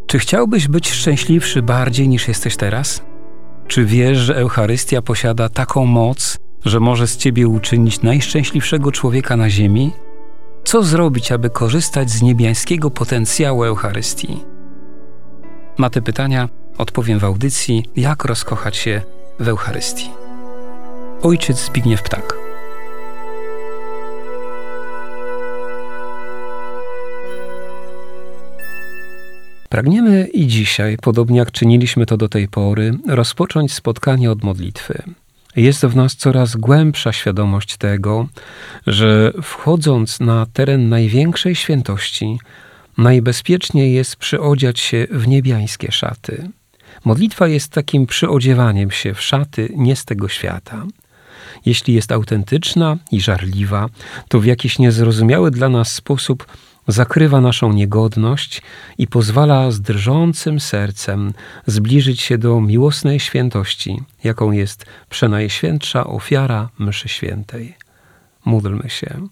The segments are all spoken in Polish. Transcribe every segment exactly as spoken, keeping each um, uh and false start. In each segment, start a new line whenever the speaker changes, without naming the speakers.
Czy chciałbyś być szczęśliwszy bardziej niż jesteś teraz? Czy wiesz, że Eucharystia posiada taką moc, że może z ciebie uczynić najszczęśliwszego człowieka na ziemi? Co zrobić, aby korzystać z niebiańskiego potencjału Eucharystii? Na te pytania odpowiem w audycji Jak rozkochać się w Eucharystii. Ojciec Zbigniew Ptak. Pragniemy i dzisiaj, podobnie jak czyniliśmy to do tej pory, rozpocząć spotkanie od modlitwy. Jest w nas coraz głębsza świadomość tego, że wchodząc na teren największej świętości, najbezpieczniej jest przyodziać się w niebiańskie szaty. Modlitwa jest takim przyodziewaniem się w szaty nie z tego świata. Jeśli jest autentyczna i żarliwa, to w jakiś niezrozumiały dla nas sposób zakrywa naszą niegodność i pozwala z drżącym sercem zbliżyć się do miłosnej świętości, jaką jest przenajświętsza ofiara mszy świętej. Módlmy się.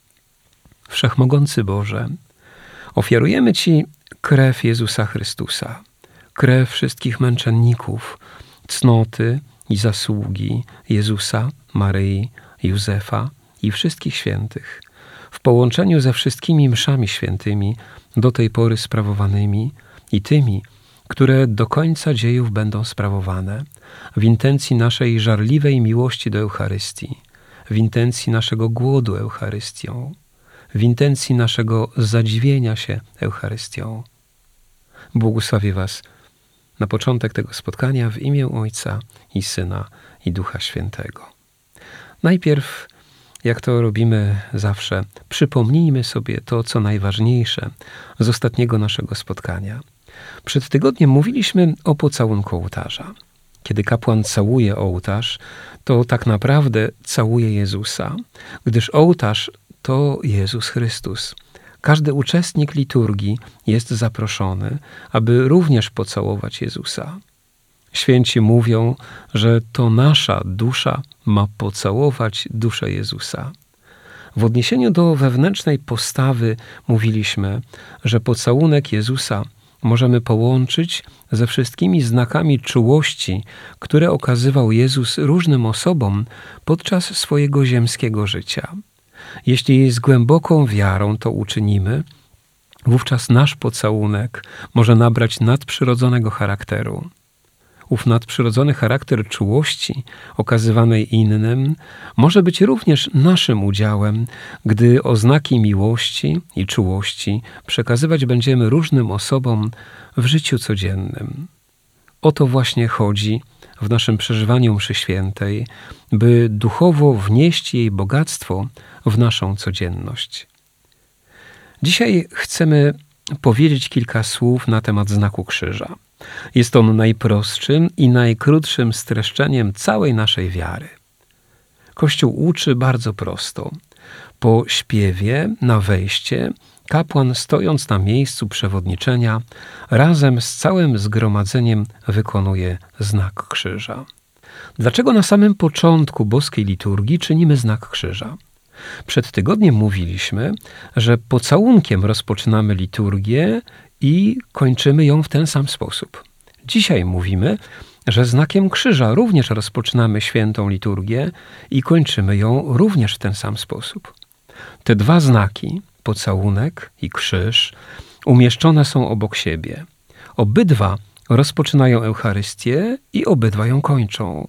Wszechmogący Boże, ofiarujemy Ci krew Jezusa Chrystusa, krew wszystkich męczenników, cnoty i zasługi Jezusa, Maryi, Józefa i wszystkich świętych, w połączeniu ze wszystkimi mszami świętymi do tej pory sprawowanymi i tymi, które do końca dziejów będą sprawowane, w intencji naszej żarliwej miłości do Eucharystii, w intencji naszego głodu Eucharystią, w intencji naszego zadziwienia się Eucharystią. Błogosławię Was na początek tego spotkania w imię Ojca i Syna i Ducha Świętego. Najpierw, jak to robimy zawsze, przypomnijmy sobie to, co najważniejsze z ostatniego naszego spotkania. Przed tygodniem mówiliśmy o pocałunku ołtarza. Kiedy kapłan całuje ołtarz, to tak naprawdę całuje Jezusa, gdyż ołtarz to Jezus Chrystus. Każdy uczestnik liturgii jest zaproszony, aby również pocałować Jezusa. Święci mówią, że to nasza dusza ma pocałować duszę Jezusa. W odniesieniu do wewnętrznej postawy mówiliśmy, że pocałunek Jezusa możemy połączyć ze wszystkimi znakami czułości, które okazywał Jezus różnym osobom podczas swojego ziemskiego życia. Jeśli z głęboką wiarą to uczynimy, wówczas nasz pocałunek może nabrać nadprzyrodzonego charakteru. Ów nadprzyrodzony charakter czułości okazywanej innym może być również naszym udziałem, gdy oznaki miłości i czułości przekazywać będziemy różnym osobom w życiu codziennym. O to właśnie chodzi w naszym przeżywaniu mszy świętej, by duchowo wnieść jej bogactwo w naszą codzienność. Dzisiaj chcemy powiedzieć kilka słów na temat znaku krzyża. Jest on najprostszym i najkrótszym streszczeniem całej naszej wiary. Kościół uczy bardzo prosto. Po śpiewie na wejście kapłan, stojąc na miejscu przewodniczenia, razem z całym zgromadzeniem wykonuje znak krzyża. Dlaczego na samym początku boskiej liturgii czynimy znak krzyża? Przed tygodniem mówiliśmy, że pocałunkiem rozpoczynamy liturgię i kończymy ją w ten sam sposób. Dzisiaj mówimy, że znakiem krzyża również rozpoczynamy świętą liturgię i kończymy ją również w ten sam sposób. Te dwa znaki, pocałunek i krzyż, umieszczone są obok siebie. Obydwa rozpoczynają Eucharystię i obydwa ją kończą.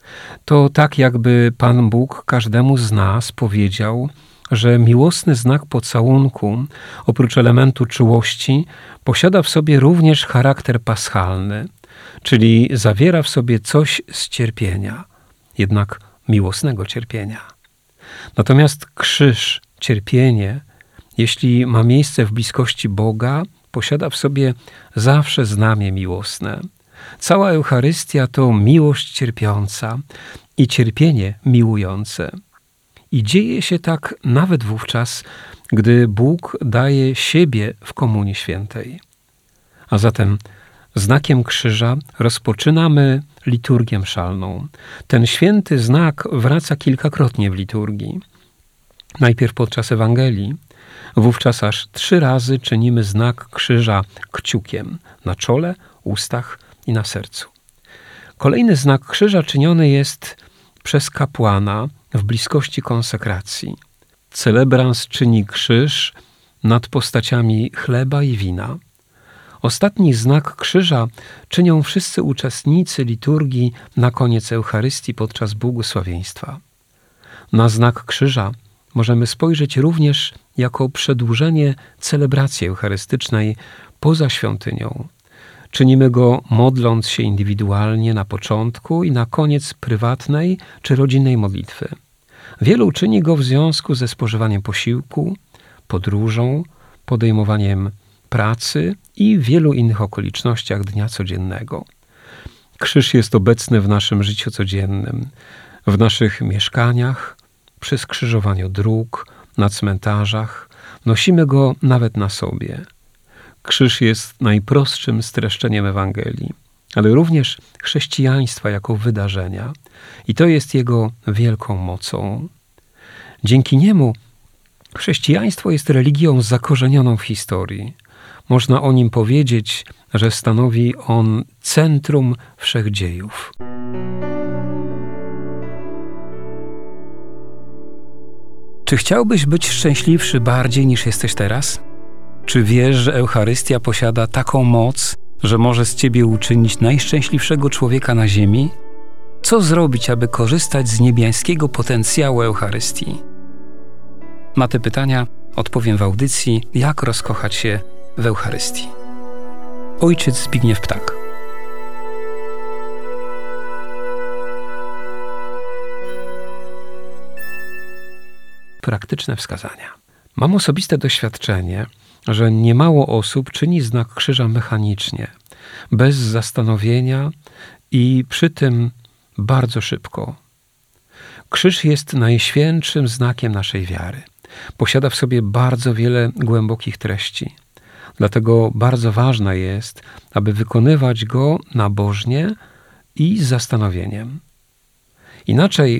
To tak, jakby Pan Bóg każdemu z nas powiedział, że miłosny znak pocałunku, oprócz elementu czułości, posiada w sobie również charakter paschalny, czyli zawiera w sobie coś z cierpienia, jednak miłosnego cierpienia. Natomiast krzyż, cierpienie, jeśli ma miejsce w bliskości Boga, posiada w sobie zawsze znamie miłosne. Cała Eucharystia to miłość cierpiąca i cierpienie miłujące. I dzieje się tak nawet wówczas, gdy Bóg daje siebie w Komunii Świętej. A zatem znakiem krzyża rozpoczynamy liturgię mszalną. Ten święty znak wraca kilkakrotnie w liturgii. Najpierw podczas Ewangelii, Wówczas aż trzy razy czynimy znak krzyża kciukiem na czole, ustach i na sercu. Kolejny znak krzyża czyniony jest przez kapłana w bliskości konsekracji. Celebrans czyni krzyż nad postaciami chleba i wina. Ostatni znak krzyża czynią wszyscy uczestnicy liturgii na koniec Eucharystii podczas błogosławieństwa. Na znak krzyża możemy spojrzeć również jako przedłużenie celebracji eucharystycznej poza świątynią. Czynimy go modląc się indywidualnie na początku i na koniec prywatnej czy rodzinnej modlitwy. Wielu czyni go w związku ze spożywaniem posiłku, podróżą, podejmowaniem pracy i wielu innych okolicznościach dnia codziennego. Krzyż jest obecny w naszym życiu codziennym, w naszych mieszkaniach, przy skrzyżowaniu dróg, na cmentarzach. Nosimy go nawet na sobie. Krzyż jest najprostszym streszczeniem Ewangelii, ale również chrześcijaństwa jako wydarzenia. I to jest jego wielką mocą. Dzięki niemu chrześcijaństwo jest religią zakorzenioną w historii. Można o nim powiedzieć, że stanowi on centrum wszechdziejów. Czy chciałbyś być szczęśliwszy bardziej niż jesteś teraz? Czy wiesz, że Eucharystia posiada taką moc, że może z ciebie uczynić najszczęśliwszego człowieka na ziemi? Co zrobić, aby korzystać z niebiańskiego potencjału Eucharystii? Na te pytania odpowiem w audycji Jak rozkochać się w Eucharystii. Ojciec Zbigniew Ptak. Praktyczne wskazania. Mam osobiste doświadczenie, że niemało osób czyni znak krzyża mechanicznie, bez zastanowienia i przy tym bardzo szybko. Krzyż jest najświętszym znakiem naszej wiary. Posiada w sobie bardzo wiele głębokich treści. Dlatego bardzo ważne jest, aby wykonywać go nabożnie i z zastanowieniem. Inaczej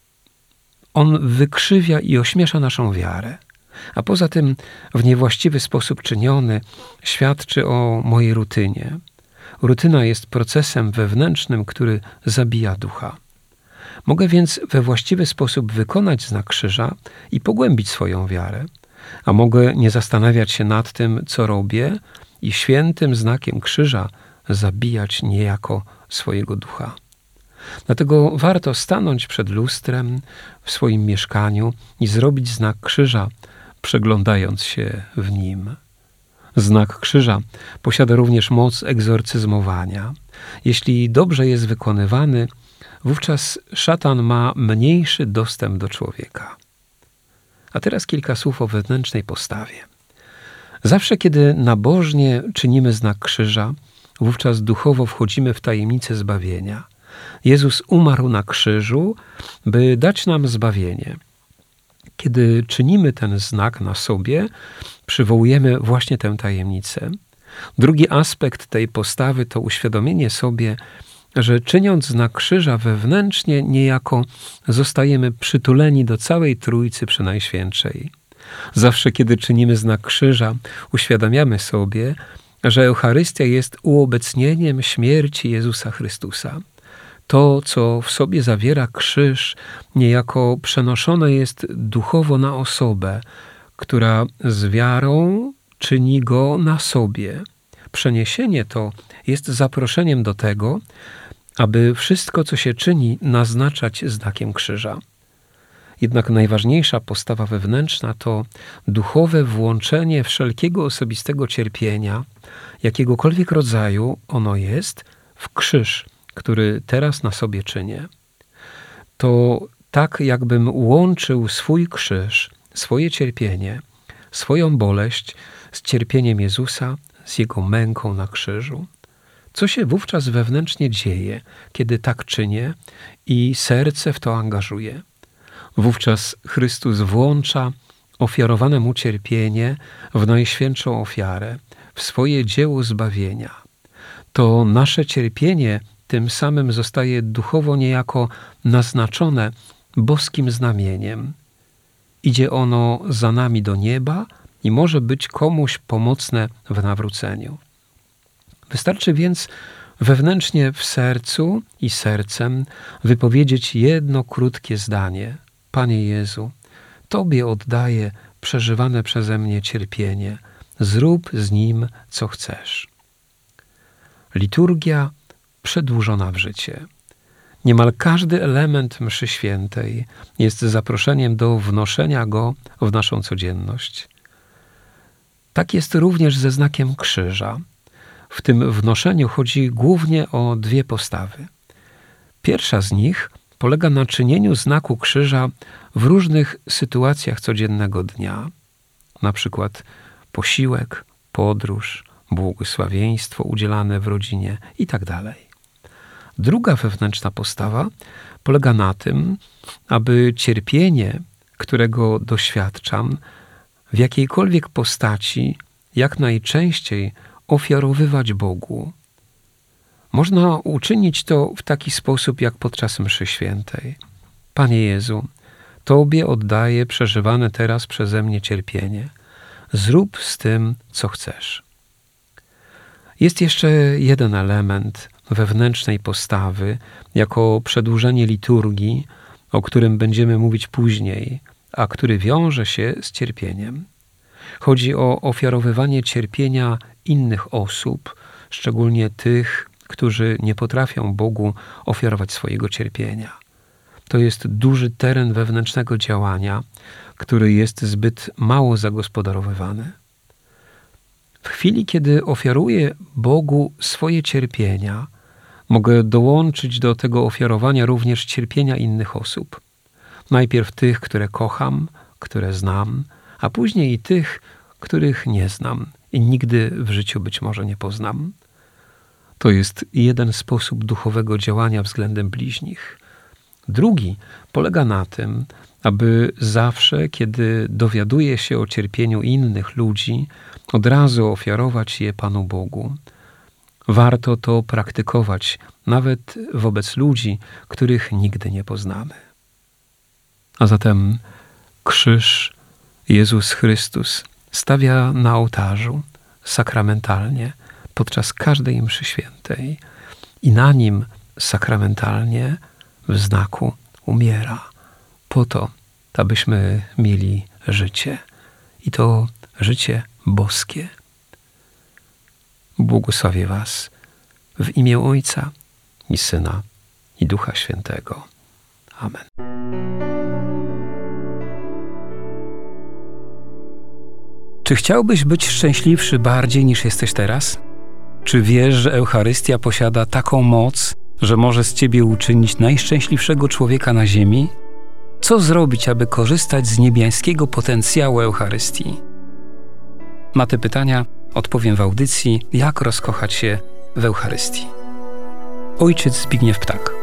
on wykrzywia i ośmiesza naszą wiarę. A poza tym w niewłaściwy sposób czyniony świadczy o mojej rutynie. Rutyna jest procesem wewnętrznym, który zabija ducha. Mogę więc we właściwy sposób wykonać znak krzyża i pogłębić swoją wiarę, a mogę nie zastanawiać się nad tym, co robię i świętym znakiem krzyża zabijać niejako swojego ducha. Dlatego warto stanąć przed lustrem w swoim mieszkaniu i zrobić znak krzyża, przeglądając się w nim. Znak krzyża posiada również moc egzorcyzmowania. Jeśli dobrze jest wykonywany, wówczas szatan ma mniejszy dostęp do człowieka. A teraz kilka słów o wewnętrznej postawie. Zawsze, kiedy nabożnie czynimy znak krzyża, wówczas duchowo wchodzimy w tajemnicę zbawienia. Jezus umarł na krzyżu, by dać nam zbawienie. Kiedy czynimy ten znak na sobie, przywołujemy właśnie tę tajemnicę. Drugi aspekt tej postawy to uświadomienie sobie, że czyniąc znak krzyża wewnętrznie, niejako zostajemy przytuleni do całej Trójcy Przenajświętszej. Zawsze, kiedy czynimy znak krzyża, uświadamiamy sobie, że Eucharystia jest uobecnieniem śmierci Jezusa Chrystusa. To, co w sobie zawiera krzyż, niejako przenoszone jest duchowo na osobę, która z wiarą czyni go na sobie. Przeniesienie to jest zaproszeniem do tego, aby wszystko, co się czyni, naznaczać znakiem krzyża. Jednak najważniejsza postawa wewnętrzna to duchowe włączenie wszelkiego osobistego cierpienia, jakiegokolwiek rodzaju ono jest, w krzyż, który teraz na sobie czynię. To tak, jakbym łączył swój krzyż, swoje cierpienie, swoją boleść z cierpieniem Jezusa, z Jego męką na krzyżu. Co się wówczas wewnętrznie dzieje, kiedy tak czynię i serce w to angażuje? Wówczas Chrystus włącza ofiarowane Mu cierpienie w najświętszą ofiarę, w swoje dzieło zbawienia. To nasze cierpienie tym samym zostaje duchowo niejako naznaczone boskim znamieniem. Idzie ono za nami do nieba i może być komuś pomocne w nawróceniu. Wystarczy więc wewnętrznie w sercu i sercem wypowiedzieć jedno krótkie zdanie: Panie Jezu, Tobie oddaję przeżywane przeze mnie cierpienie. Zrób z nim, co chcesz. Liturgia przedłużona w życie. Niemal każdy element mszy świętej jest zaproszeniem do wnoszenia go w naszą codzienność. Tak jest również ze znakiem krzyża. W tym wnoszeniu chodzi głównie o dwie postawy. Pierwsza z nich polega na czynieniu znaku krzyża w różnych sytuacjach codziennego dnia, na przykład posiłek, podróż, błogosławieństwo udzielane w rodzinie itd. Druga wewnętrzna postawa polega na tym, aby cierpienie, którego doświadczam, w jakiejkolwiek postaci jak najczęściej ofiarowywać Bogu. Można uczynić to w taki sposób jak podczas mszy świętej. Panie Jezu, Tobie oddaję przeżywane teraz przeze mnie cierpienie. Zrób z tym, co chcesz. Jest jeszcze jeden element wewnętrznej postawy, jako przedłużenie liturgii, o którym będziemy mówić później, a który wiąże się z cierpieniem. Chodzi o ofiarowywanie cierpienia innych osób, szczególnie tych, którzy nie potrafią Bogu ofiarować swojego cierpienia. To jest duży teren wewnętrznego działania, który jest zbyt mało zagospodarowywany. W chwili, kiedy ofiaruję Bogu swoje cierpienia, mogę dołączyć do tego ofiarowania również cierpienia innych osób. Najpierw tych, które kocham, które znam, a później i tych, których nie znam i nigdy w życiu być może nie poznam. To jest jeden sposób duchowego działania względem bliźnich. Drugi polega na tym, aby zawsze, kiedy dowiaduję się o cierpieniu innych ludzi, od razu ofiarować je Panu Bogu. Warto to praktykować nawet wobec ludzi, których nigdy nie poznamy. A zatem krzyż Jezus Chrystus stawia na ołtarzu sakramentalnie podczas każdej mszy świętej i na nim sakramentalnie w znaku umiera, po to, abyśmy mieli życie i to życie boskie. Błogosławię was w imię Ojca i Syna i Ducha Świętego. Amen. Czy chciałbyś być szczęśliwszy bardziej niż jesteś teraz? Czy wiesz, że Eucharystia posiada taką moc, że może z ciebie uczynić najszczęśliwszego człowieka na ziemi? Co zrobić, aby korzystać z niebiańskiego potencjału Eucharystii? Na te pytania odpowiem w audycji Jak rozkochać się w Eucharystii. Ojciec Zbigniew Ptak.